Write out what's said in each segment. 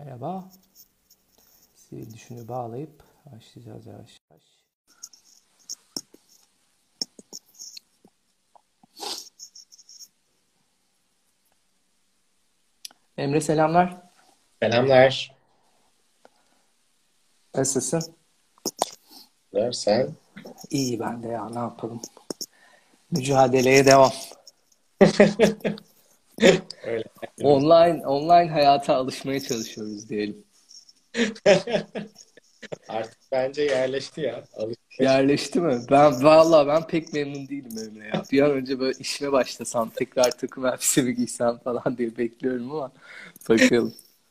Merhaba. Sivil düşünü bağlayıp başlayacağız yavaş yavaş. Emre selamlar. Selamlar. Nasılsın? Sen? İyi ben de ya ne yapalım. Mücadeleye devam. Öyle. Online hayata alışmaya çalışıyoruz diyelim. Artık bence yerleşti ya. Alışveriş. Yerleşti mi? Ben pek memnun değilim Emre ya. Bir an önce böyle işime başlasam, tekrar takım elbise mi giysem falan diye bekliyorum ama bakalım.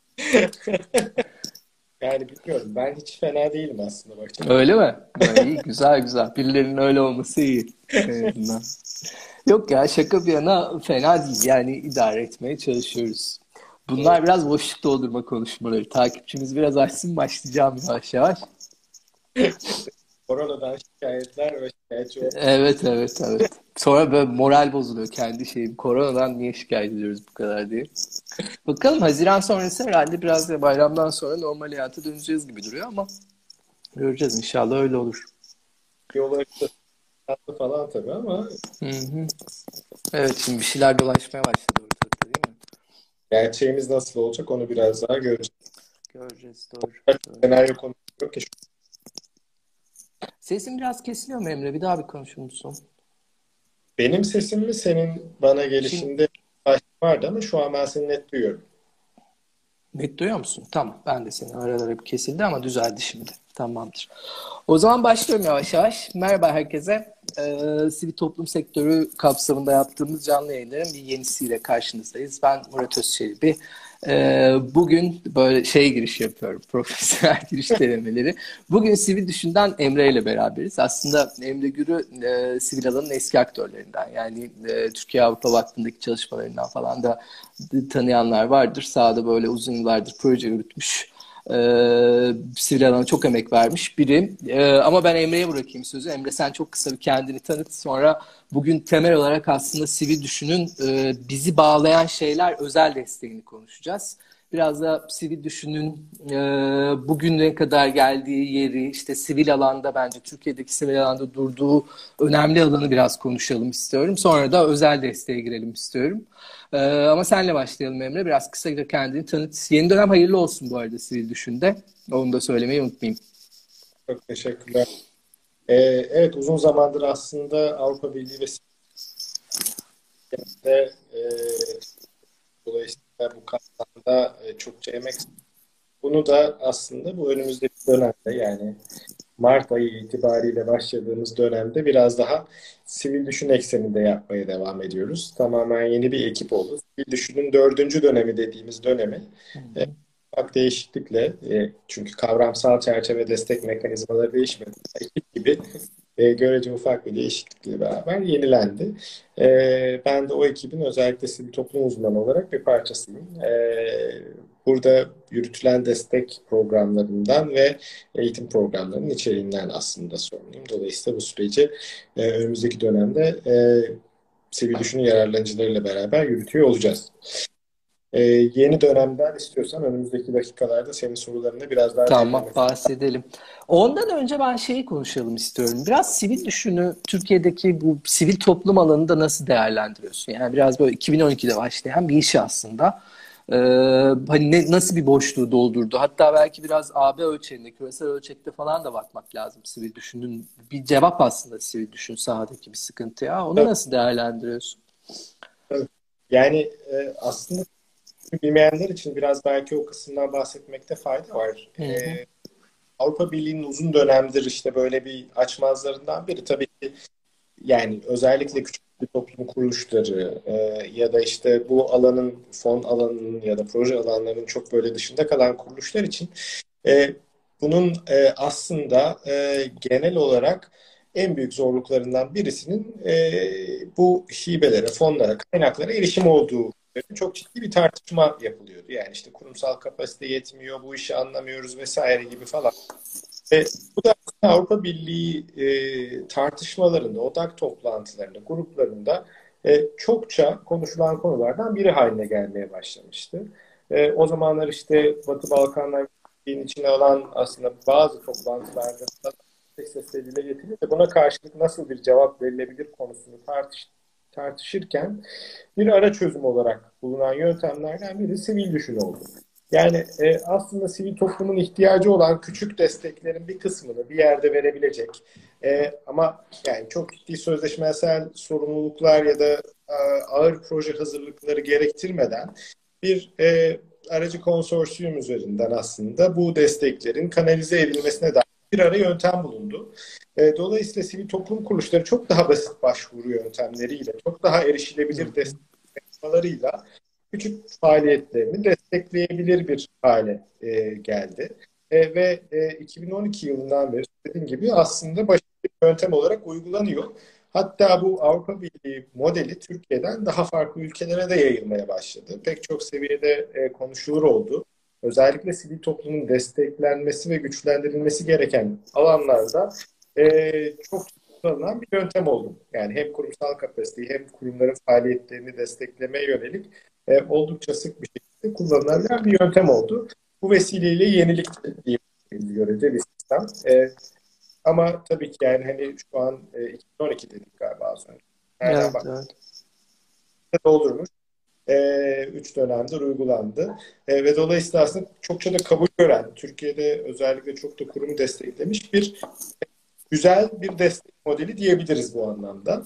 Yani bilmiyorum. Ben hiç fena değilim aslında bakınca. Öyle mi? Ha, iyi, güzel güzel. Birilerinin öyle olması iyi. En azından. Yok ya şaka bir yana fena değil. Yani idare etmeye çalışıyoruz. Doğru. Bunlar biraz boşluk doldurma konuşmaları. Takipçimiz biraz açsın başlayacağım yavaş yavaş. Koronadan şikayetler ve şikayetçi ol. Evet. Sonra böyle moral bozuluyor kendi şeyim. Koronadan niye şikayet ediyoruz bu kadar diye. Bakalım Haziran sonrası herhalde biraz da bayramdan sonra normal hayata döneceğiz gibi duruyor ama göreceğiz inşallah öyle olur. Yolları tatlı falan tabii ama Hı hı. Evet şimdi bir şeyler dolaşmaya başladı ortalıkta değil mi? gerçeğimiz nasıl olacak onu biraz daha göreceğiz. Göreceğiz doğru. Doğru. Senaryo konusu yok ki. Sesin biraz kesiliyor mu Emre? Bir daha bir konuşur musun? Benim sesim mi senin bana Şimdi gelişinde vardı ama şu an ben seni net duyuyorum. net duyuyor musun? Tamam. Ben de seni aralar hep kesildi ama düzeldi şimdi. Tamamdır. O zaman başlıyorum yavaş yavaş. Merhaba herkese. Sivil toplum sektörü kapsamında yaptığımız canlı yayınların bir yenisiyle karşınızdayız. Ben Murat Özçelebi. Bugün böyle şey giriş yapıyorum. Profesyonel giriş denemeleri. Bugün Sivil Düşün'den Emre ile beraberiz. Aslında Emre Gür'ü sivil alanın eski aktörlerinden. Yani Türkiye Avrupa Vakfı'ndaki çalışmalarından falan da tanıyanlar vardır. Sahada böyle uzun yıllardır proje yürütmüş. Sivil alana çok emek vermiş biri. Ama ben Emre'ye bırakayım sözü. Emre sen çok kısa bir kendini tanıt. Sonra bugün temel olarak aslında sivil düşünün bizi bağlayan şeyler özel desteğini konuşacağız. Biraz da sivil düşünün bugüne kadar geldiği yeri, işte sivil alanda bence Türkiye'deki sivil alanda durduğu önemli alanı biraz konuşalım istiyorum. Sonra da özel desteğe girelim istiyorum. Ama senle başlayalım Emre. Biraz kısaca kendini tanıt. Yeni dönem hayırlı olsun bu arada sivil düşünde. Onu da söylemeyi unutmayayım. Çok teşekkürler. Evet uzun zamandır aslında Avrupa Birliği ve Sivri'de dolayısıyla bu kapsamda çokça emek. Bunu da aslında bu önümüzdeki dönemde yani Mart ayı itibariyle başladığımız dönemde biraz daha sivil düşün ekseninde yapmaya devam ediyoruz. Tamamen yeni bir ekip oldu. Sivil düşünün dördüncü dönemi dediğimiz dönemi Hı e, hı. ufak değişiklikle çünkü kavramsal çerçeve destek mekanizmaları değişmedi. Ekip gibi görece ufak bir değişiklikle beraber yenilendi. Ben de o ekibin özellikle sivil toplum uzmanı olarak bir parçasıyım. Burada yürütülen destek programlarından ve eğitim programlarının içeriğinden aslında sorumluyum. Dolayısıyla bu süreci önümüzdeki dönemde sivil düşünün yararlanıcılarıyla beraber yürütüyor olacağız. Yeni dönemden istiyorsan önümüzdeki dakikalarda senin sorularına biraz daha Tamam, derinlemesine. bahsedelim. Ondan önce ben şeyi konuşalım istiyorum. Biraz sivil düşünü Türkiye'deki bu sivil toplum alanında nasıl değerlendiriyorsun? Yani biraz böyle 2012'de başlayan bir iş aslında. Ee, Hani nasıl bir boşluğu doldurdu? Hatta belki biraz AB ölçeğinde, küresel ölçekte falan da bakmak lazım sivil düşünün. Bir cevap aslında sivil düşün sahadaki bir sıkıntıya. Onu Tabii, nasıl değerlendiriyorsun? tabii. Yani aslında bilmeyenler için biraz belki o kısımdan bahsetmekte fayda var. Hı hı. Avrupa Birliği'nin uzun dönemdir işte böyle bir açmazlarından biri tabii ki yani özellikle küçük bir toplum kuruluşları ya da işte bu alanın fon alanının ya da proje alanlarının çok böyle dışında kalan kuruluşlar için e, bunun aslında genel olarak en büyük zorluklarından birisinin bu hibelere, fonlara, kaynaklara erişim olduğu çok ciddi bir tartışma yapılıyordu. Yani işte kurumsal kapasite yetmiyor, bu işi anlamıyoruz vesaire gibi falan. Bu da Avrupa Birliği tartışmalarında, odak toplantılarında, gruplarında çokça konuşulan konulardan biri haline gelmeye başlamıştı. O zamanlar işte Batı Balkanlar Birliği'nin içine alan aslında bazı toplantılarda tek sesle dile getirildi. Buna karşılık nasıl bir cevap verilebilir konusunu tartışırken bir ara çözüm olarak bulunan yöntemlerden biri sivil düşün oldu. Yani aslında sivil toplumun ihtiyacı olan küçük desteklerin bir kısmını bir yerde verebilecek. Ama yani çok ciddi sözleşmesel sorumluluklar ya da ağır proje hazırlıkları gerektirmeden bir aracı konsorsiyum üzerinden aslında bu desteklerin kanalize edilmesine dair bir ara yöntem bulundu. Dolayısıyla sivil toplum kuruluşları çok daha basit başvuru yöntemleriyle, çok daha erişilebilir desteklerle küçük faaliyetlerini destekleyebilir bir hale geldi. Ve 2012 yılından beri dediğim gibi aslında başka bir yöntem olarak uygulanıyor. Hatta bu Avrupa Birliği modeli Türkiye'den daha farklı ülkelere de yayılmaya başladı. Pek çok seviyede konuşulur oldu. Özellikle sivil toplumun desteklenmesi ve güçlendirilmesi gereken alanlarda çok kullanılan bir yöntem oldu. Yani hem kurumsal kapasiteyi hem kurumların faaliyetlerini desteklemeye yönelik oldukça sık bir şekilde kullanılan bir yöntem oldu. Bu vesileyle yenilik diyebiliriz görece bir sistem. Ama tabii ki yani hani şu an 2012 dedik galiba az önce. Nereden Evet, evet. doldurmuş. 3 dönemdir uygulandı. Ve dolayısıyla aslında çokça da kabul gören, Türkiye'de özellikle çok da kurumu desteklemiş bir güzel bir destek modeli diyebiliriz bu anlamda.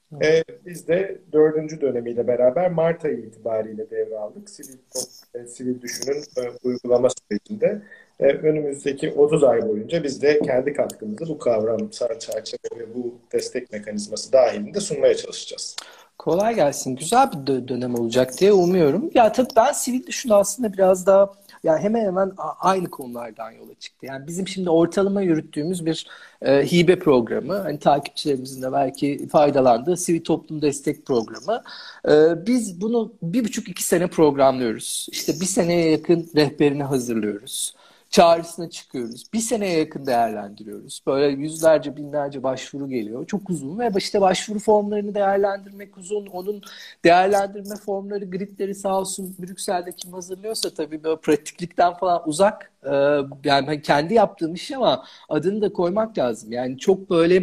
Biz de 4. dönemiyle beraber Mart ayı itibariyle devraldık. Sivil Düşün'ün uygulama sürecinde. Önümüzdeki 30 ay boyunca biz de kendi katkımızı bu kavramsal çerçeve ve bu destek mekanizması dahilinde sunmaya çalışacağız. Kolay gelsin. Güzel bir dönem olacak diye umuyorum. Ya tabii ben sivil düşün aslında biraz daha yani hemen hemen aynı konulardan yola çıktı. Yani bizim şimdi ortalama yürüttüğümüz bir hibe programı, hani takipçilerimizin de belki faydalandığı sivil toplum destek programı. Biz bunu 1,5-2 sene programlıyoruz. İşte 1 seneye yakın rehberini hazırlıyoruz. Çağrısına çıkıyoruz. 1 seneye yakın değerlendiriyoruz. Böyle yüzlerce, binlerce başvuru geliyor. Çok uzun ve işte başvuru formlarını değerlendirmek uzun. Onun değerlendirme formları, gridleri sağ olsun Brüksel'de kim hazırlıyorsa tabii böyle pratiklikten falan uzak. Yani ben kendi yaptığım iş ama adını da koymak lazım. Yani çok böyle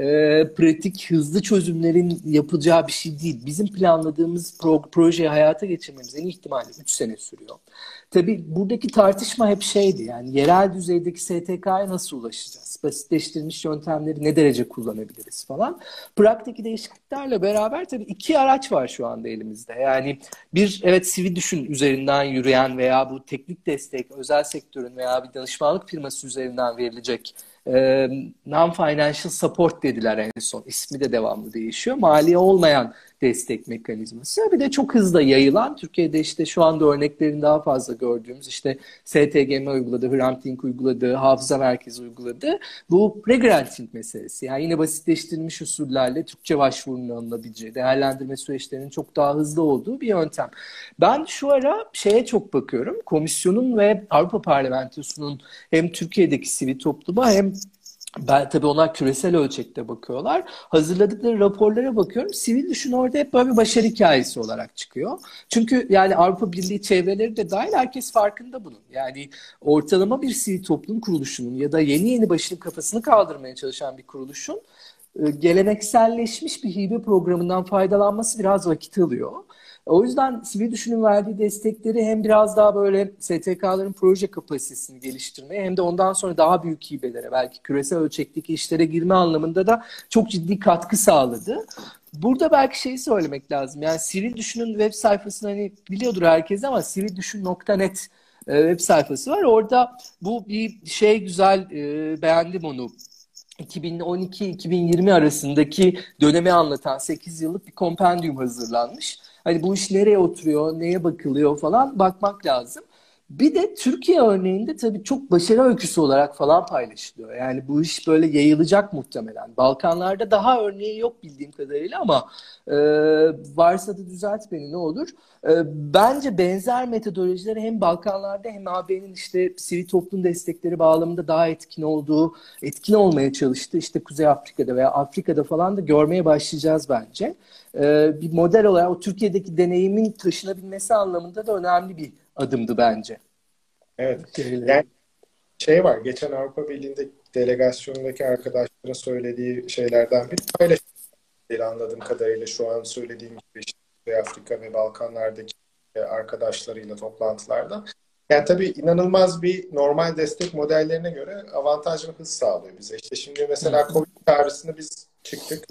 pratik, hızlı çözümlerin yapılacağı bir şey değil. Bizim planladığımız projeyi hayata geçirmemiz en ihtimalle 3 sene sürüyor. Tabii buradaki tartışma hep şeydi, yani yerel düzeydeki STK'ya nasıl ulaşacağız? Basitleştirilmiş yöntemleri ne derece kullanabiliriz falan. Praktik değişikliklerle beraber tabii 2 araç var şu anda elimizde. Yani bir, evet, sivil düşün üzerinden yürüyen veya bu teknik destek özel sektörün veya bir danışmanlık firması üzerinden verilecek non-financial support dediler en son. İsmi de devamlı değişiyor. Maliye olmayan destek mekanizması. Bir de çok hızlı yayılan, Türkiye'de işte şu anda örneklerini daha fazla gördüğümüz, işte STGM uyguladı, Hrant Dink uyguladı, Hafıza Merkezi uyguladı. Bu re-granting meselesi. Yani yine basitleştirilmiş usullerle Türkçe başvurunun alınabileceği, değerlendirme süreçlerinin çok daha hızlı olduğu bir yöntem. Ben şu ara şeye çok bakıyorum. Komisyonun ve Avrupa Parlamentosu'nun hem Türkiye'deki sivil topluma hem tabii onlar küresel ölçekte bakıyorlar. Hazırladıkları raporlara bakıyorum. Sivil düşün orada hep böyle bir başarı hikayesi olarak çıkıyor. Çünkü yani Avrupa Birliği çevreleri de dahil herkes farkında bunun. Yani ortalama bir sivil toplum kuruluşunun ya da yeni yeni başının kafasını kaldırmaya çalışan bir kuruluşun gelenekselleşmiş bir hibe programından faydalanması biraz vakit alıyor. O yüzden sivil düşünün verdiği destekleri hem biraz daha böyle STK'ların proje kapasitesini geliştirmeye hem de ondan sonra daha büyük hibelere, belki küresel ölçekteki işlere girme anlamında da çok ciddi katkı sağladı. Burada belki şeyi söylemek lazım. Yani sivil düşünün web sayfasını hani biliyordur herkes ama sivildüşün.net web sayfası var. Orada bu bir şey güzel, beğendim onu. 2012-2020 arasındaki dönemi anlatan 8 yıllık bir kompendyum hazırlanmış. Hani bu iş nereye oturuyor, neye bakılıyor falan bakmak lazım. Bir de Türkiye örneğinde tabii çok başarı öyküsü olarak falan paylaşılıyor. Yani bu iş böyle yayılacak muhtemelen. Balkanlarda daha örneği yok bildiğim kadarıyla ama varsa da düzelt beni, ne olur. Bence benzer metodolojileri hem Balkanlarda hem AB'nin işte sivil toplum destekleri bağlamında daha etkin olmaya çalıştığı işte Kuzey Afrika'da veya Afrika'da falan da görmeye başlayacağız bence. bir model olarak o Türkiye'deki deneyimin taşınabilmesi anlamında da önemli bir adımdı bence. Evet. Şeyleri. Yani şey var. Geçen Avrupa Birliği'nde delegasyondaki arkadaşların söylediği şeylerden biri paylaşım anladığım kadarıyla şu an söylediğim gibi işte Kuzey Afrika ve Balkanlardaki arkadaşlarıyla toplantılarda. Yani tabii inanılmaz bir normal destek modellerine göre avantaj ve hız sağlıyor bize. İşte şimdi Hı mesela hı. Covid çağrısını biz çıktık.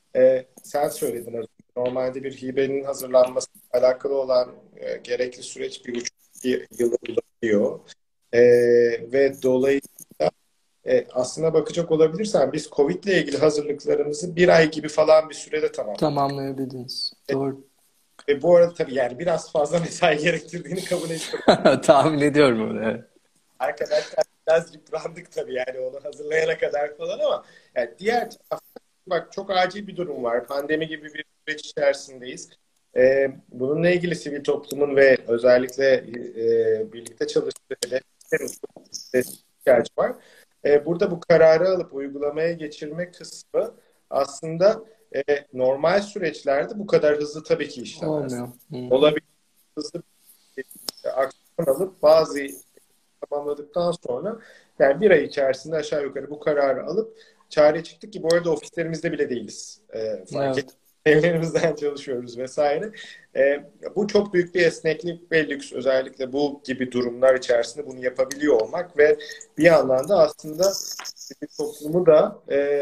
Sen söyledin az önce. Normalde bir hibenin hazırlanması alakalı olan gerekli süreç 1,5 2 yılı bulabiliyor. E, ve dolayısıyla aslına bakacak olabilirsen biz Covid ile ilgili hazırlıklarımızı 1 ay gibi falan bir sürede tamamladık. Tamamlayabildiniz. Doğru. Ve bu arada tabii yani biraz fazla mesai gerektirdiğini kabul ediyorum. Tahmin ediyorum onu. Evet. Arkadaşlar biraz yıprandık tabii yani onu hazırlayana kadar falan ama yani diğer taraftan bak çok acil bir durum var. Pandemi gibi bir süreç içerisindeyiz. Bununla ilgili sivil toplumun ve özellikle birlikte çalıştığı hedeflerin çok destek ihtiyacı var. Burada bu kararı alıp uygulamaya geçirme kısmı aslında normal süreçlerde bu kadar hızlı tabii ki işlemez. Olmuyor. Hı hı. Olabilir hızlı bir aksiyon alıp bazı tamamladıktan sonra yani 1 ay içerisinde aşağı yukarı bu kararı alıp çağrıya çıktık ki bu arada ofislerimizde bile değiliz. Fark et. Evet. Evlerimizden çalışıyoruz vesaire. Bu çok büyük bir esneklik ve lüks. Özellikle bu gibi durumlar içerisinde bunu yapabiliyor olmak ve bir yandan da aslında bir toplumu da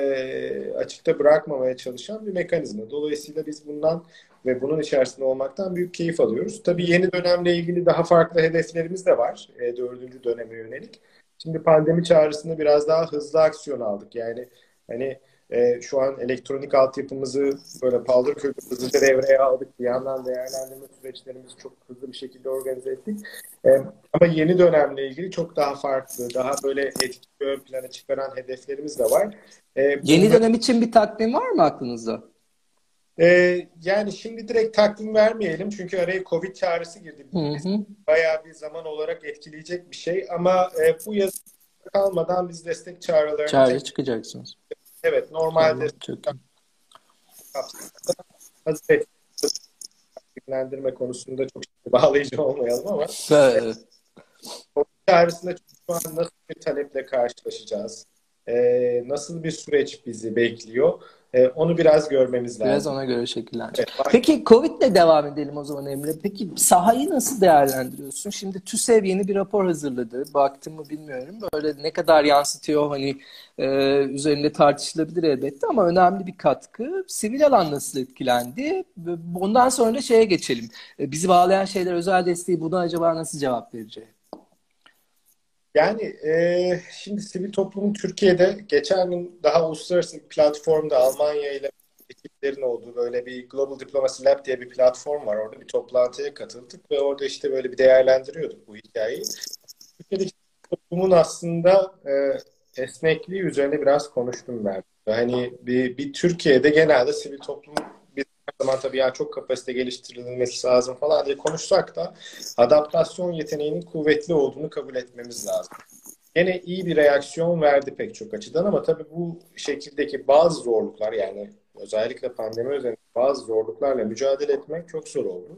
açıkta bırakmamaya çalışan bir mekanizma. Dolayısıyla biz bundan ve bunun içerisinde olmaktan büyük keyif alıyoruz. Tabii yeni dönemle ilgili daha farklı hedeflerimiz de var. 4. döneme yönelik. Şimdi pandemi çağrısında biraz daha hızlı aksiyon aldık. Yani hani şu an elektronik altyapımızı böyle paldır küldür hızlıca devreye aldık. Bir yandan değerlendirme süreçlerimizi çok hızlı bir şekilde organize ettik. E, ama yeni dönemle ilgili çok daha farklı, daha böyle etki ön plana çıkaran hedeflerimiz de var. Yeni Bunları dönem için bir takvim var mı aklınızda? Yani şimdi direkt takvim vermeyelim çünkü araya Covid çağrısı girdi. Hı Biz hı. bayağı bir zaman olarak etkileyecek bir şey ama bu yaz kalmadan biz destek çağrılarını Çağrıya çıkacaksınız. evet normal Tamam. destek Çok iyi. kapsamında hazır etkilendirme konusunda çok bağlayıcı olmayalım ama Evet. Covid çağrısında şu an nasıl bir taleple karşılaşacağız? Nasıl bir süreç bizi bekliyor? Onu biraz görmemiz Biraz lazım. ona göre şekillenecek. Evet, Peki Covid'le devam edelim o zaman Emre. Peki sahayı nasıl değerlendiriyorsun? Şimdi TÜSEV yeni bir rapor hazırladı. Baktım mı bilmiyorum. Böyle ne kadar yansıtıyor hani üzerinde tartışılabilir elbette ama önemli bir katkı. Sivil alan nasıl etkilendi? Ondan sonra da şeye geçelim. Bizi bağlayan şeyler özel desteği buna acaba nasıl cevap verecek? Yani şimdi sivil toplumun Türkiye'de geçen gün daha uluslararası bir platformda Almanya ile ekiplerin olduğu böyle bir Global Diplomacy Lab diye bir platform var. Orada bir toplantıya katıldık ve orada işte böyle bir değerlendiriyorduk bu hikayeyi. Türkiye'deki toplumun aslında esnekliği üzerine biraz konuştum ben. Hani bir Türkiye'de genelde sivil toplum bir zaman tabii ya çok kapasite geliştirilmesi lazım falan diye konuşsak da adaptasyon yeteneğinin kuvvetli olduğunu kabul etmemiz lazım. Gene iyi bir reaksiyon verdi pek çok açıdan ama tabii bu şekildeki bazı zorluklar yani özellikle pandemi üzerinde bazı zorluklarla mücadele etmek çok zor oldu.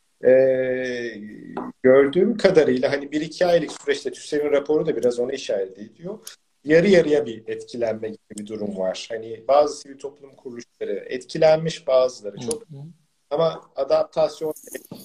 Ee, gördüğüm kadarıyla hani 1 2 aylık süreçte TÜSEV'in raporu da biraz onu işaret ediyor. Yarı yarıya bir etkilenme gibi bir durum var. Hani bazı sivil toplum kuruluşları etkilenmiş, bazıları Hı çok. hı. Ama adaptasyon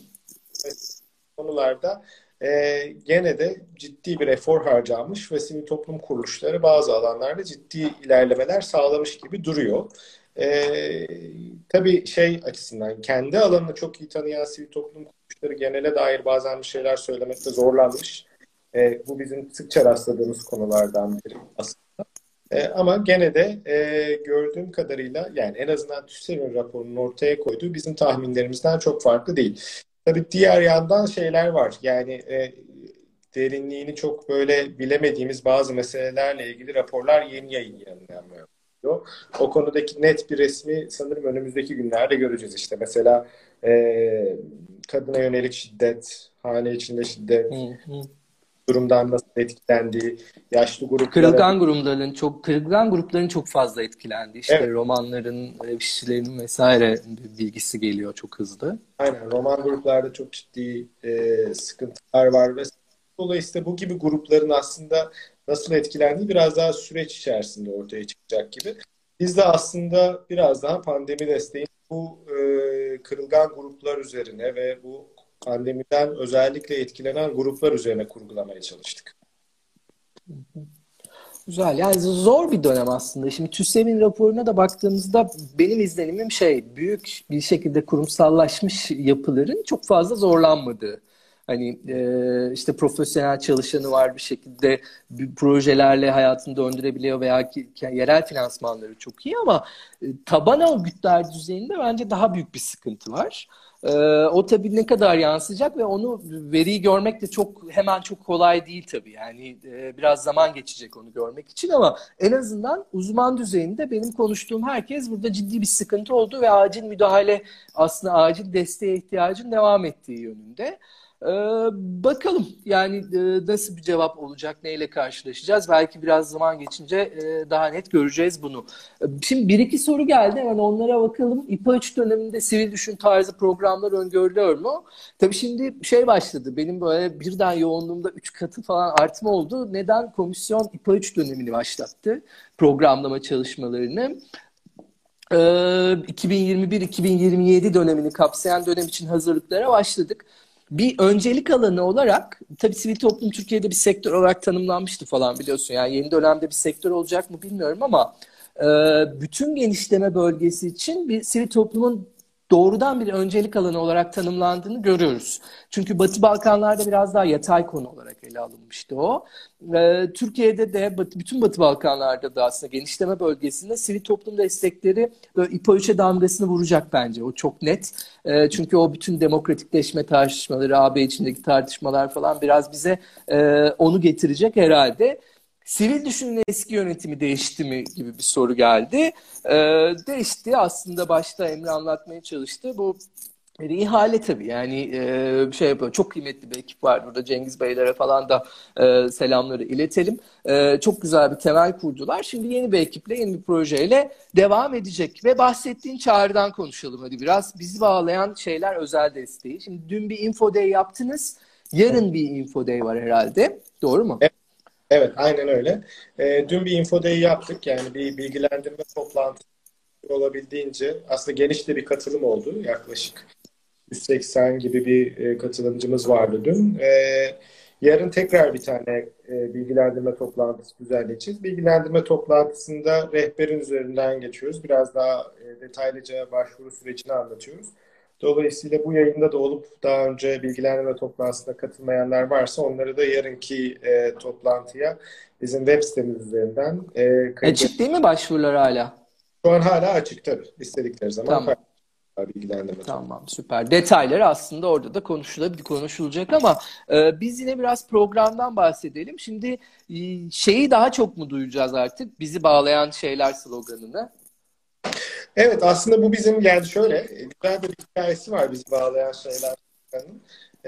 konularda gene de ciddi bir efor harcanmış ve sivil toplum kuruluşları bazı alanlarda ciddi ilerlemeler sağlamış gibi duruyor. E, tabii şey açısından kendi alanını çok iyi tanıyan sivil toplum kuruluşları genele dair bazen bir şeyler söylemekte zorlanmış. Bu bizim sıkça rastladığımız konulardan biri aslında. Ama gene de gördüğüm kadarıyla yani en azından TÜSEV'in raporunun ortaya koyduğu bizim tahminlerimizden çok farklı değil. Tabii diğer yandan şeyler var. Yani derinliğini çok böyle bilemediğimiz bazı meselelerle ilgili raporlar yeni yayınlanmıyor. O konudaki net bir resmi sanırım önümüzdeki günlerde göreceğiz. İşte mesela kadına yönelik şiddet, hane içinde Hı şiddet, hı. durumdan nasıl etkilendiği, yaşlı gruplara. Kırılgan grupların çok fazla etkilendi. İşte Evet, romanların, kişilerin vesaire bilgisi geliyor çok hızlı. aynen. Roman gruplarda çok ciddi sıkıntılar var ve dolayısıyla bu gibi grupların aslında nasıl etkilendiği biraz daha süreç içerisinde ortaya çıkacak gibi. Biz de aslında biraz daha pandemi desteği bu kırılgan gruplar üzerine ve bu pandemiden özellikle etkilenen gruplar üzerine kurgulamaya çalıştık. Güzel. Yani zor bir dönem aslında. Şimdi TÜSEV'in raporuna da baktığımızda benim izlenimim büyük bir şekilde kurumsallaşmış yapıların çok fazla zorlanmadığı. Hani işte profesyonel çalışanı var bir şekilde projelerle hayatını döndürebiliyor veya yerel finansmanları çok iyi ama taban örgütler düzeyinde bence daha büyük bir sıkıntı var. O tabii ne kadar yansıyacak ve onu veriyi görmek de çok kolay değil tabii. Yani biraz zaman geçecek onu görmek için ama en azından uzman düzeyinde benim konuştuğum herkes burada ciddi bir sıkıntı oldu ve acil müdahale aslında acil desteğe ihtiyacın devam ettiği yönünde. Ee, Bakalım yani nasıl bir cevap olacak, neyle karşılaşacağız? Belki biraz zaman geçince daha net göreceğiz bunu. Şimdi bir iki soru geldi hemen onlara bakalım. İPA 3 döneminde sivil düşün tarzı programlar öngörülüyor mu? Tabii şimdi başladı. Benim böyle birden yoğunluğumda 3 katı falan artma oldu. Neden? Komisyon İPA 3 dönemini başlattı. Programlama çalışmalarını. 2021-2027 dönemini kapsayan dönem için hazırlıklara başladık. Bir öncelik alanı olarak tabii sivil toplum Türkiye'de bir sektör olarak tanımlanmıştı falan biliyorsun. Yani yeni dönemde bir sektör olacak mı bilmiyorum ama bütün genişleme bölgesi için bir sivil toplumun doğrudan bir öncelik alanı olarak tanımlandığını görüyoruz. Çünkü Batı Balkanlarda biraz daha yatay konu olarak ele alınmıştı o. Türkiye'de de bütün Batı Balkanlarda da aslında genişleme bölgesinde sivil toplum destekleri böyle İPA 3'e damgasını vuracak bence. O çok net. Çünkü o bütün demokratikleşme tartışmaları, AB içindeki tartışmalar falan biraz bize onu getirecek herhalde. Sivil düşünün eski yönetimi değişti mi gibi bir soru geldi. Değişti aslında başta Emre anlatmaya çalıştı. Bu ihale tabii yani yapıyor. Çok kıymetli bir ekip var burada. Cengiz Beylere falan da selamları iletelim. Çok güzel bir temel kurdular. Şimdi yeni bir ekiple, yeni bir projeyle devam edecek. Ve bahsettiğin çağrıdan konuşalım hadi biraz. Bizi bağlayan şeyler özel desteği. Şimdi dün bir info day yaptınız. Yarın bir info day var herhalde. Doğru mu? Evet, aynen öyle. Dün bir info day yaptık. Yani bir bilgilendirme toplantısı olabildiğince aslında geniş de bir katılım oldu. Yaklaşık 180 gibi bir katılımcımız vardı dün. Yarın tekrar bir tane bilgilendirme toplantısı düzenleyeceğiz. Bilgilendirme toplantısında rehberin üzerinden geçiyoruz. Biraz daha detaylıca başvuru sürecini anlatıyoruz. Dolayısıyla bu yayında da olup daha önce bilgilendirme toplantısına katılmayanlar varsa onları da yarınki toplantıya bizim web sitemiz üzerinden kayıt. Açık değil mi başvurular hala? Şu an hala açık tabii. İstedikleri zaman Tamam. bilgilendirme toplantısı. Tamam, süper. Detayları aslında orada da konuşulacak ama biz yine biraz programdan bahsedelim. Şimdi şeyi daha çok mu duyacağız artık? Bizi bağlayan şeyler sloganını. Evet, aslında bu bizim yani şöyle güzel bir hikayesi var bizi bağlayan şeylerden.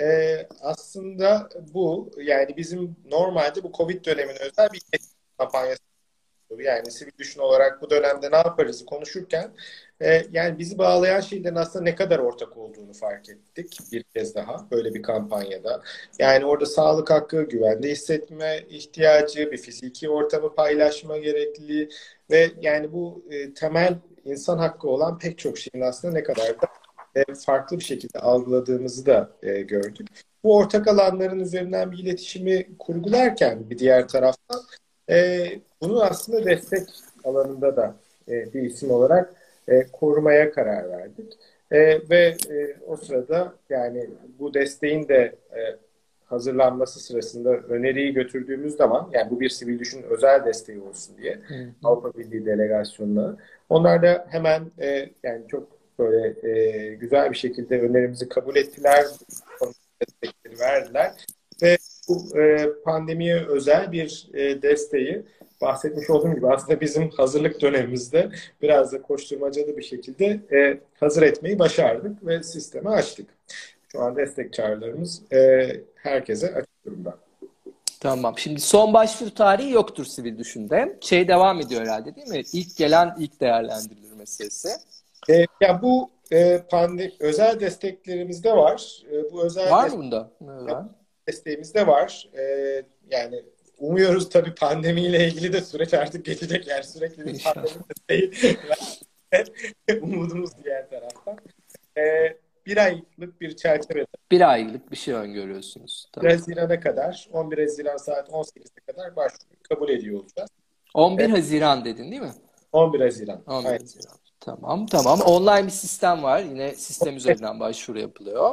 Aslında bu yani bizim normalde bu Covid dönemine özel bir kampanyası. Yani sivil düşün olarak bu dönemde ne yaparızı konuşurken yani bizi bağlayan şeylerin aslında ne kadar ortak olduğunu fark ettik bir kez daha böyle bir kampanyada. Yani orada sağlık hakkı, güvende hissetme ihtiyacı, bir fiziki ortamı paylaşma gerekliliği ve yani bu temel insan hakkı olan pek çok şeyin aslında ne kadar da farklı bir şekilde algıladığımızı da gördük. Bu ortak alanların üzerinden bir iletişimi kurgularken bir diğer taraftan bunu aslında destek alanında da bir isim olarak korumaya karar verdik. Ve o sırada yani bu desteğin de hazırlanması sırasında öneriyi götürdüğümüz zaman yani bu bir sivil düşün özel desteği olsun diye Hı hı. Avrupa Birliği delegasyonuna onlar da hemen yani çok böyle güzel bir şekilde önerimizi kabul ettiler. Destekleri verdiler. Ve bu pandemiye özel bir desteği bahsetmiş olduğum gibi aslında bizim hazırlık dönemimizde biraz da koşturmacalı bir şekilde hazır etmeyi başardık ve sistemi açtık. Şu an destek çağrılarımız herkese açık durumda. Tamam. Şimdi son başvuru tarihi yoktur Sivil Düşün'de. Şey devam ediyor herhalde değil mi? İlk gelen ilk değerlendirilir meselesi. Ya bu özel desteklerimiz de var. Bu özel Var mı bunda? Evet. desteğimiz de var. Yani umuyoruz tabii pandemiyle ilgili de süreç artık geçecek. Yani sürekli bir pandemi İnşallah. desteği umudumuz diğer taraftan. Bir aylık bir çerçevede Bir aylık bir şey öngörüyorsunuz. 1 Tamam. Haziran'a kadar 11 Haziran saat 18'e kadar başvuruyu kabul ediyor olacağız. 11 Evet, Haziran dedin değil mi? 11 Haziran. 11 Aynen. Haziran. Tamam, tamam. Online bir sistem var. Yine sistem üzerinden başvuru yapılıyor.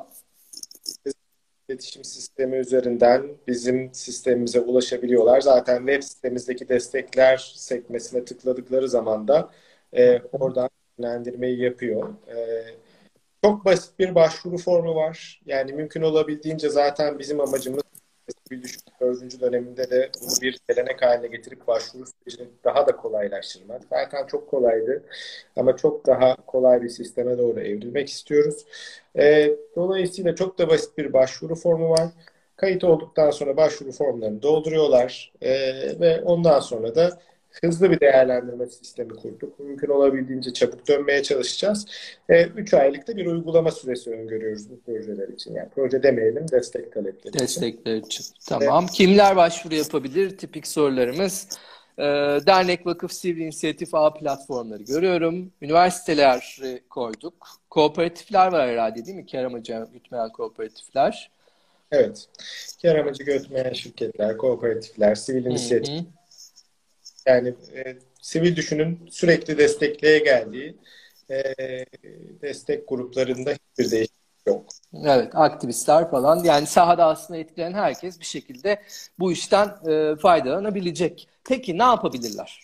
İletişim sistemi üzerinden bizim sistemimize ulaşabiliyorlar. Zaten web sitemizdeki destekler sekmesine tıkladıkları zaman da oradan yönlendirmeyi yapıyor. Çok basit bir başvuru formu var. Yani mümkün olabildiğince zaten bizim amacımız bir düşün 4. döneminde de bunu bir gelenek haline getirip başvuru sürecini daha da kolaylaştırmak. Zaten çok kolaydı ama çok daha kolay bir sisteme doğru evrilmek istiyoruz. Dolayısıyla çok da basit bir başvuru formu var. Kayıt olduktan sonra başvuru formlarını dolduruyorlar ve ondan sonra da hızlı bir değerlendirme sistemi kurduk. Mümkün olabildiğince çabuk dönmeye çalışacağız. 3 aylıkta bir uygulama süresi öngörüyoruz bu projeler için. Yani proje demeyelim, destek talepleri için. Destekler için. E, Tamam. Kimler başvuru yapabilir? Tipik sorularımız. Dernek, vakıf, sivil inisiyatif ağ platformları görüyorum. Üniversiteler koyduk. Kooperatifler var herhalde değil mi? Kar amacı gütmeyen kooperatifler. Evet. Kar amacı götürmeyen şirketler, kooperatifler, sivil Hı inisiyatif. hı. Yani sivil düşünün sürekli destekleye geldiği e, destek gruplarında hiçbir değişiklik yok. Evet, aktivistler falan. Yani sahada aslında etkilenen herkes bir şekilde bu işten faydalanabilecek. Peki ne yapabilirler?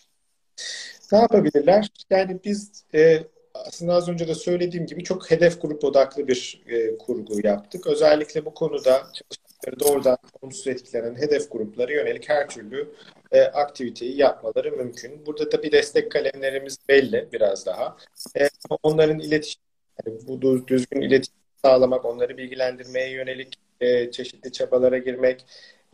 Ne yapabilirler? Yani biz aslında az önce de söylediğim gibi çok hedef grup odaklı bir kurgu yaptık. Özellikle bu konuda çalışmaları doğrudan olumsuz etkilenen hedef gruplara yönelik her türlü aktiviteyi yapmaları mümkün. Burada da bir destek kalemlerimiz belli biraz daha. Onların iletişim, yani bu düzgün iletişim sağlamak, onları bilgilendirmeye yönelik çeşitli çabalara girmek,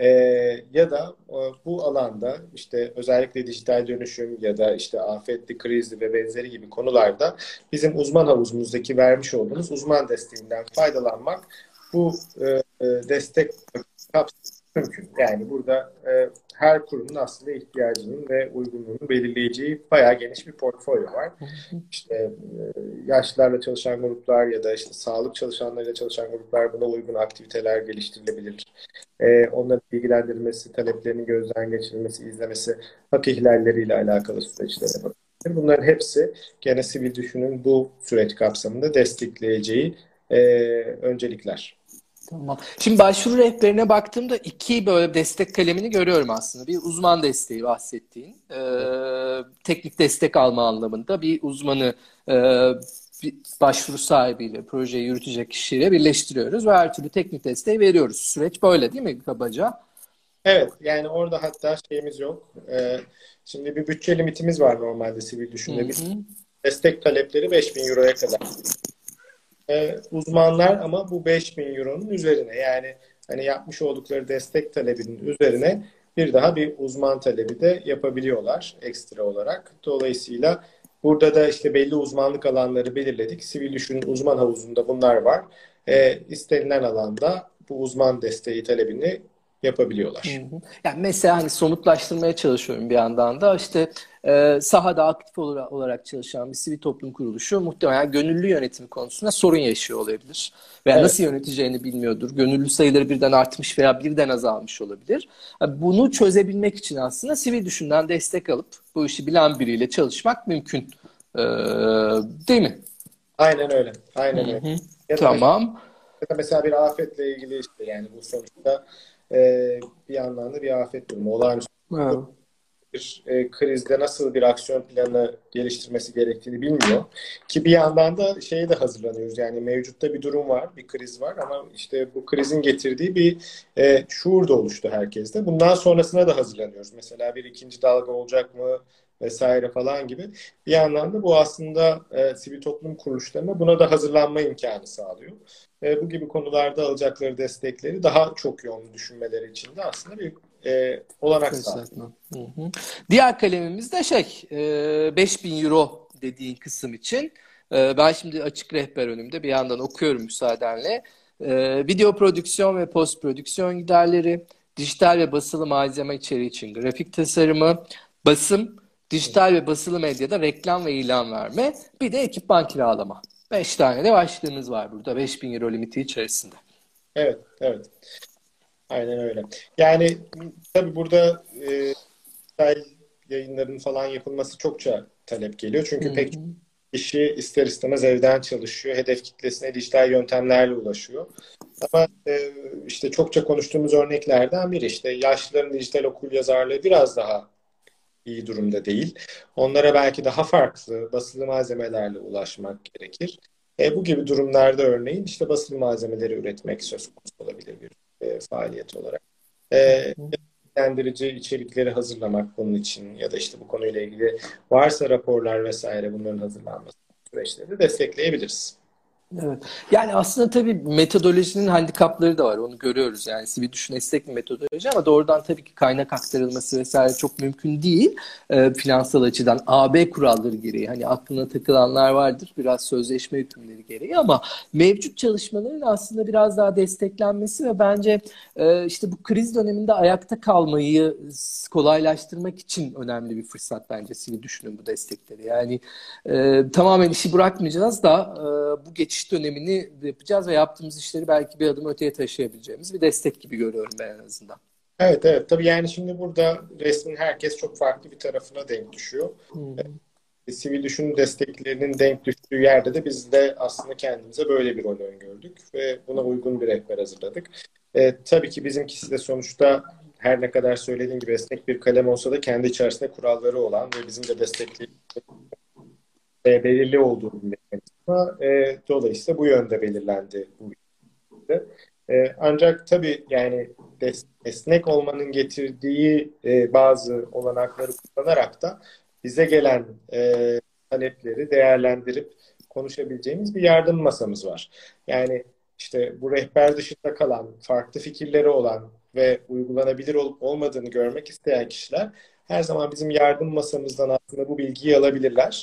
ya da bu alanda işte özellikle dijital dönüşüm ya da işte afetli, krizli ve benzeri gibi konularda bizim uzman havuzumuzdaki vermiş olduğumuz uzman desteğinden faydalanmak bu destek kapsamında mümkün. Yani burada her kurumun aslında ihtiyacının ve uygunluğunu belirleyeceği bayağı geniş bir portfolyo var. İşte yaşlılarla çalışan gruplar ya da işte sağlık çalışanlarıyla çalışan gruplar buna uygun aktiviteler geliştirilebilir. Onların bilgilendirilmesi, taleplerinin gözden geçirilmesi, izlemesi, hak ihlalleriyle alakalı süreçlere bakılır. Bunların hepsi gene sivil düşünün bu süreç kapsamında destekleyeceği öncelikler. Tamam. Şimdi başvuru rehberine baktığımda iki böyle destek kalemini görüyorum aslında. Bir uzman desteği bahsettiğin, teknik destek alma anlamında bir uzmanı e, bir başvuru sahibiyle, projeyi yürütecek kişiyle birleştiriyoruz ve her türlü teknik desteği veriyoruz. Süreç böyle değil mi kabaca? Evet, yani orada hatta şeyimiz yok. Şimdi bir bütçe limitimiz var normalde sivil Hı düşünde. Bir hı. destek talepleri 5.000 euroya kadar. Uzmanlar ama bu 5.000 euronun üzerine yani hani yapmış oldukları destek talebinin üzerine bir daha bir uzman talebi de yapabiliyorlar ekstra olarak. Dolayısıyla burada da işte belli uzmanlık alanları belirledik. Sivil düşünün uzman havuzunda bunlar var. İstenilen alanda bu uzman desteği talebini Hı yapabiliyorlar. hı. Yani mesela hani somutlaştırmaya çalışıyorum bir yandan da işte sahada aktif olarak çalışan bir sivil toplum kuruluşu muhtemelen gönüllü yönetimi konusunda sorun yaşıyor olabilir. Veya Evet. nasıl yöneteceğini bilmiyordur. Gönüllü sayıları birden artmış veya birden azalmış olabilir. Bunu çözebilmek için aslında sivil düşünden destek alıp bu işi bilen biriyle çalışmak mümkün. E, Değil mi? Aynen öyle. Hı Aynen öyle. hı. Ya da mesela, Tamam. ya da mesela bir afetle ilgili işte yani bu sonuçta bir yandan da bir afet durumu. Olağanüstü Evet. bir krizde nasıl bir aksiyon planı geliştirmesi gerektiğini bilmiyor. Ki bir yandan da şeye de hazırlanıyoruz. Yani mevcutta bir durum var, bir kriz var ama işte bu krizin getirdiği bir şuur da oluştu herkeste. Bundan sonrasına da hazırlanıyoruz. Mesela bir ikinci dalga olacak mı vesaire falan gibi. Bir yandan da bu aslında sivil toplum kuruluşlarına buna da hazırlanma imkanı sağlıyor. bu gibi konularda alacakları destekleri daha çok yönlü düşünmeleri için de aslında bir olanak sağlıyor. Fırsat mı? Hı hı. Diğer kalemimiz de 5.000 euro dediğin kısım için. Ben şimdi açık rehber önümde bir yandan okuyorum müsaadenle. Video prodüksiyon ve post prodüksiyon giderleri, dijital ve basılı malzeme içeriği için grafik tasarımı, basım, dijital ve basılı medyada reklam ve ilan verme, bir de ekipman kiralama. 5 tane de başlığımız var burada 5.000 euro limiti içerisinde. Evet, evet. Aynen öyle. Yani tabii burada dijital yayınların falan yapılması çokça talep geliyor. Hı Çünkü pek çok hı. kişi ister istemez evden çalışıyor. Hedef kitlesine dijital yöntemlerle ulaşıyor. Ama işte çokça konuştuğumuz örneklerden biri işte yaşlıların dijital okuryazarlığı biraz daha iyi durumda değil. Onlara belki daha farklı basılı malzemelerle ulaşmak gerekir. Bu gibi durumlarda örneğin işte basılı malzemeleri üretmek söz konusu olabilir bir faaliyet olarak. E, Bilgilendirici içerikleri hazırlamak bunun için ya da işte bu konuyla ilgili varsa raporlar vesaire bunların hazırlanması süreçleri destekleyebiliriz. Evet. Yani aslında tabii metodolojinin handikapları da var. Onu görüyoruz. Yani CV Düşün esnek bir metodoloji ama doğrudan tabii ki kaynak aktarılması vesaire çok mümkün değil. Finansal açıdan AB kuralları gereği. Hani aklına takılanlar vardır. Biraz sözleşme hükümleri gereği ama mevcut çalışmaların aslında biraz daha desteklenmesi ve bence işte bu kriz döneminde ayakta kalmayı kolaylaştırmak için önemli bir fırsat bence CV Düşün'ün bu destekleri. Yani tamamen işi bırakmayacağız da bu geçiş dönemini yapacağız ve yaptığımız işleri belki bir adım öteye taşıyabileceğimiz bir destek gibi görüyorum ben en azından. Evet, evet. Tabii yani şimdi burada resmin herkes çok farklı bir tarafına denk düşüyor. Hı hı. Sivil düşün desteklerinin denk düştüğü yerde de biz de aslında kendimize böyle bir rol öngördük ve buna uygun bir rehber hazırladık. Tabii ki bizimkisi de sonuçta her ne kadar söylediğim gibi esnek bir kalem olsa da kendi içerisinde kuralları olan ve bizim de belirli olduğu bir mekanizma. Dolayısıyla bu yönde belirlendi bu işte. Ancak tabii yani esnek olmanın getirdiği bazı olanakları kullanarak da bize gelen talepleri değerlendirip konuşabileceğimiz bir yardım masamız var. Yani işte bu rehber dışında kalan, farklı fikirleri olan ve uygulanabilir olup olmadığını görmek isteyen kişiler her zaman bizim yardım masamızdan aslında bu bilgiyi alabilirler.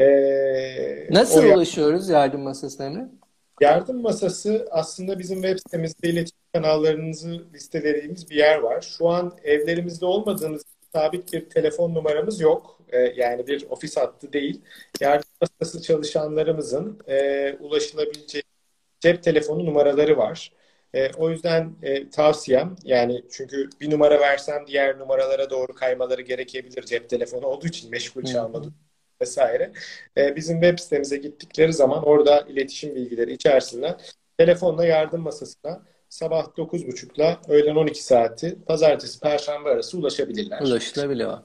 O Nasıl ulaşıyoruz yardım masasına Emre? yardım masası aslında bizim web sitemizde iletişim kanallarınızı listelediğimiz bir yer var. Şu an evlerimizde olmadığımız için sabit bir telefon numaramız yok. Yani bir ofis hattı değil. Yardım masası çalışanlarımızın ulaşılabileceği cep telefonu numaraları var. O yüzden tavsiyem yani çünkü bir numara versem diğer numaralara doğru kaymaları gerekebilir cep telefonu olduğu için meşgul Hı çalmadı hı. vesaire. Bizim web sitemize gittikleri zaman orada iletişim bilgileri içerisinde telefonla yardım masasına sabah 9.30 ile öğlen 12 saati pazartesi perşembe arası ulaşabilirler. Ulaşılabiliyor.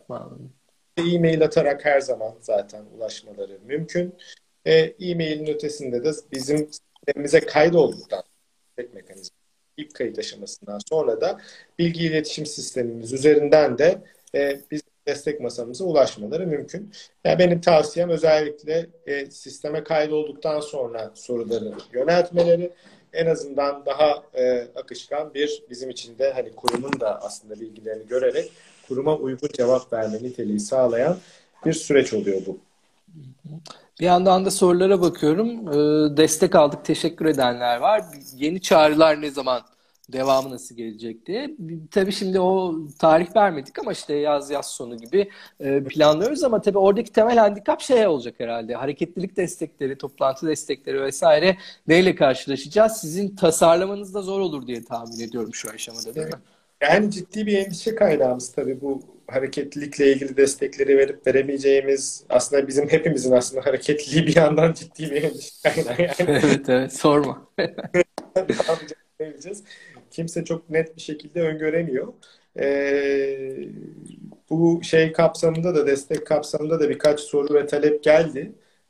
E-mail atarak her zaman zaten ulaşmaları mümkün. E-mailin ötesinde de bizim sistemimize kaydolduktan destek mekanizması ilk kayıt aşamasından sonra da bilgi iletişim sistemimiz üzerinden de bizim destek masamıza ulaşmaları mümkün. Yani benim tavsiyem özellikle sisteme kaydolduktan sonra soruları yöneltmeleri en azından daha akışkan bir bizim için de hani kurumun da aslında bilgilerini görerek kuruma uygun cevap verme niteliği sağlayan bir süreç oluyor bu. Bir yandan da sorulara bakıyorum. Destek aldık, teşekkür edenler var. Yeni çağrılar ne zaman, devamı nasıl gelecek diye. Tabii şimdi o tarih vermedik ama işte yaz sonu gibi planlıyoruz ama tabii oradaki temel handikap şey olacak herhalde. Hareketlilik destekleri, toplantı destekleri vesaire neyle karşılaşacağız? Sizin tasarlamanız da zor olur diye tahmin ediyorum şu aşamada, değil mi? Yani ciddi bir endişe kaynağımız tabii bu hareketlilikle ilgili destekleri verip veremeyeceğimiz aslında bizim hepimizin aslında hareketliliği bir yandan ciddi bir endişe kaynağı. Yani Evet, evet, sorma. ne yapacağız, ne edeceğiz? Kimse çok net bir şekilde öngöremiyor. Ee, Bu şey kapsamında da destek kapsamında da birkaç soru ve talep geldi.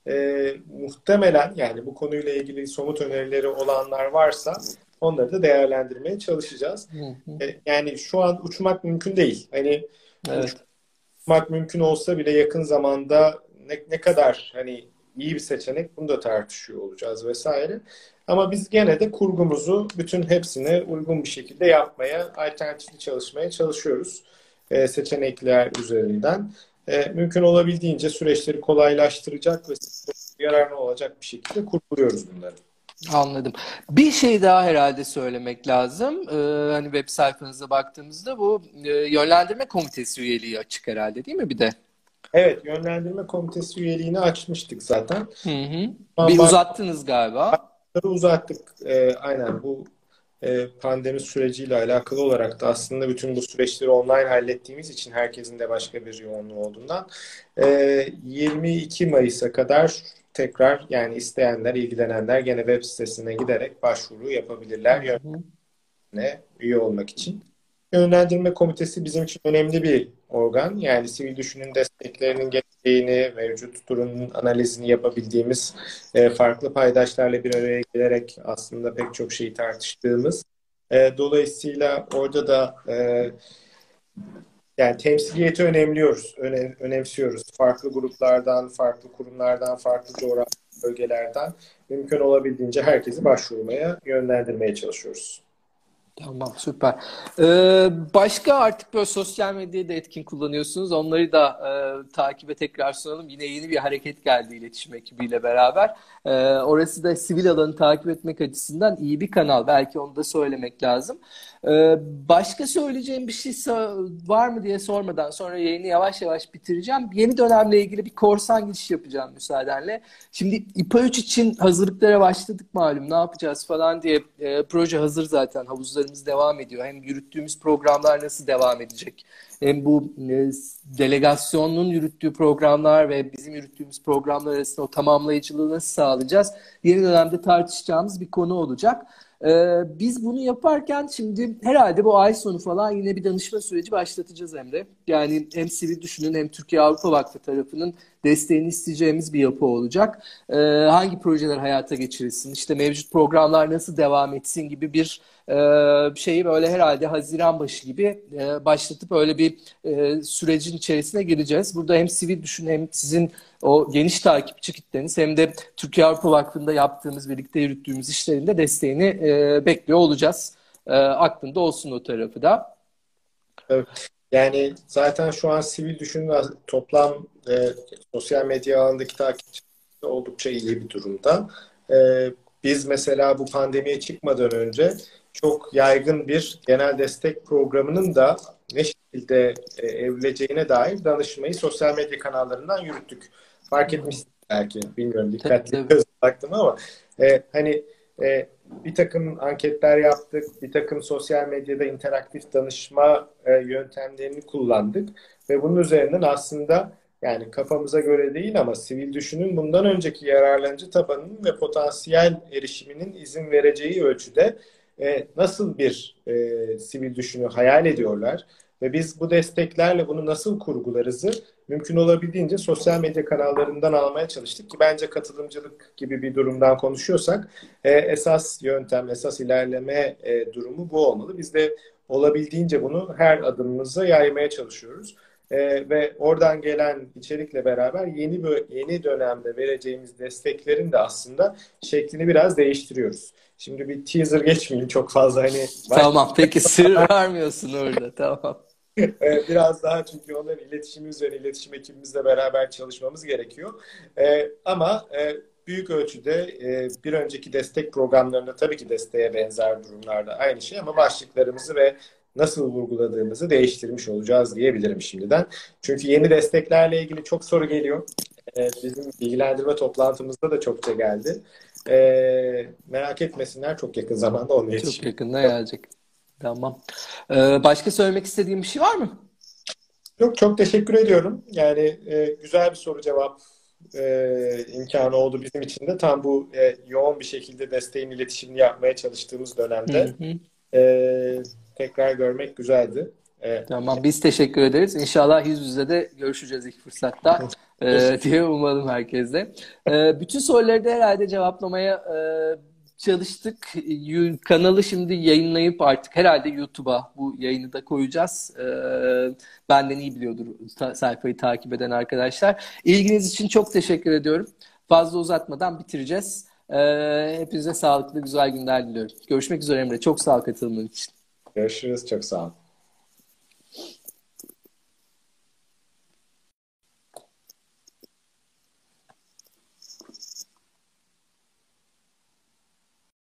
Muhtemelen yani bu konuyla ilgili somut önerileri olanlar varsa onları da değerlendirmeye çalışacağız. Hı hı. Yani şu an uçmak mümkün değil. Hani Evet. uçmak mümkün olsa bile yakın zamanda ne kadar hani iyi bir seçenek bunu da tartışıyor olacağız vesaire. Ama biz gene de kurgumuzu bütün hepsine uygun bir şekilde yapmaya, alternatifli çalışmaya çalışıyoruz. Seçenekler üzerinden. Mümkün olabildiğince süreçleri kolaylaştıracak ve yararlı olacak bir şekilde kurguluyoruz bunları. Anladım. Bir şey daha herhalde söylemek lazım. Hani web sayfanıza baktığımızda bu yönlendirme komitesi üyeliği açık herhalde değil mi bir de? Evet, yönlendirme komitesi üyeliğini açmıştık zaten. Hı hı. Şu an Bir uzattınız galiba. başlıkları uzattık. Aynen bu pandemi süreciyle alakalı olarak da aslında bütün bu süreçleri online hallettiğimiz için herkesin de başka bir yoğunluğu olduğundan 22 Mayıs'a kadar tekrar yani isteyenler, ilgilenenler gene web sitesine giderek başvuru Hı yapabilirler hı. yönetmene üye olmak için. Yönlendirme komitesi bizim için önemli bir organ. Yani sivil düşünün desteklerinin gerektiğini, mevcut durumun analizini yapabildiğimiz farklı paydaşlarla bir araya gelerek aslında pek çok şeyi tartıştığımız. Dolayısıyla orada da yani temsiliyeti önemsiyoruz. Farklı gruplardan, farklı kurumlardan, farklı coğrafi bölgelerden mümkün olabildiğince herkesi başvurmaya, yönlendirmeye çalışıyoruz. Tamam, süper. Başka artık böyle sosyal medyayı da etkin kullanıyorsunuz. Onları da takibe tekrar sunalım. Yine yeni bir hareket geldi iletişim ekibiyle beraber. Orası da sivil alanı takip etmek açısından iyi bir kanal. Belki onu da söylemek lazım. Başka söyleyeceğim bir şey var mı diye sormadan sonra yayını yavaş yavaş bitireceğim. Yeni dönemle ilgili bir korsan giriş yapacağım müsaadenle. Şimdi İPA 3 için hazırlıklara başladık malum. Ne yapacağız falan diye proje hazır zaten. Havuzlarımız devam ediyor. Hem yürüttüğümüz programlar nasıl devam edecek? Hem bu delegasyonun yürüttüğü programlar ve bizim yürüttüğümüz programlar arasında o tamamlayıcılığı nasıl sağlayacağız? Yeni dönemde tartışacağımız bir konu olacak. Biz bunu yaparken şimdi herhalde bu ay sonu falan yine bir danışma süreci başlatacağız Emre. Yani hem Sivil Düşün'ün hem Türkiye Avrupa Vakfı tarafının desteğini isteyeceğimiz bir yapı olacak. Hangi projeler hayata geçirilsin, işte mevcut programlar nasıl devam etsin gibi bir şeyi böyle herhalde Haziran başı gibi başlatıp öyle bir sürecin içerisine gireceğiz. Burada hem Sivil Düşün hem sizin o geniş takipçi kitleniz hem de Türkiye Avrupa Vakfı'nda yaptığımız, birlikte yürüttüğümüz işlerin de desteğini bekliyor olacağız. Aklında olsun o tarafı da. Evet. Yani zaten şu an sivil düşünün toplam sosyal medya alanındaki takipçisi oldukça iyi bir durumda. E, Biz mesela bu pandemiye çıkmadan önce çok yaygın bir genel destek programının da ne şekilde evrileceğine dair danışmayı sosyal medya kanallarından yürüttük. Fark etmişsiniz belki, bilmiyorum dikkatli Tabii. göz baktım ama hani bir takım anketler yaptık, bir takım sosyal medyada interaktif danışma yöntemlerini kullandık ve bunun üzerinden aslında yani kafamıza göre değil ama sivil düşünün bundan önceki yararlanıcı tabanının ve potansiyel erişiminin izin vereceği ölçüde nasıl bir sivil düşünü hayal ediyorlar ve biz bu desteklerle bunu nasıl kurgularızı mümkün olabildiğince sosyal medya kanallarından almaya çalıştık ki bence katılımcılık gibi bir durumdan konuşuyorsak esas yöntem, esas ilerleme durumu bu olmalı. Biz de olabildiğince bunu her adımımıza yaymaya çalışıyoruz. Ve oradan gelen içerikle beraber yeni dönemde vereceğimiz desteklerin de aslında şeklini biraz değiştiriyoruz. Şimdi bir teaser geçmeyeyim çok fazla hani Tamam, peki sır vermiyorsun orada. Tamam. biraz daha çünkü onların iletişimi üzerine iletişim ekibimizle beraber çalışmamız gerekiyor. Ama büyük ölçüde bir önceki destek programlarında tabii ki desteğe benzer durumlarda aynı şey ama başlıklarımızı ve nasıl vurguladığımızı değiştirmiş olacağız diyebilirim şimdiden. Çünkü yeni desteklerle ilgili çok soru geliyor. Bizim bilgilendirme toplantımızda da çokça geldi. Merak etmesinler çok yakın zamanda onunla Çok iletişim. yakında gelecek. Tamam. Başka söylemek istediğim bir şey var mı? Yok çok teşekkür ediyorum. Yani güzel bir soru cevap imkanı oldu bizim için de. Tam bu yoğun bir şekilde desteğin iletişimini yapmaya çalıştığımız Hı dönemde hı. tekrar görmek güzeldi. Tamam, biz teşekkür ederiz. İnşallah yüz yüze de görüşeceğiz ilk fırsatta diye umalım herkese. Bütün soruları da herhalde cevaplamaya çalıştık. Kanalı şimdi yayınlayıp artık herhalde YouTube'a bu yayını da koyacağız. Benden iyi biliyordur sayfayı takip eden arkadaşlar. İlginiz için çok teşekkür ediyorum. Fazla uzatmadan bitireceğiz. Hepinize sağlıklı, güzel günler diliyorum. Görüşmek üzere Emre. Çok sağ ol katılımın için. Görüşürüz. Çok sağ ol.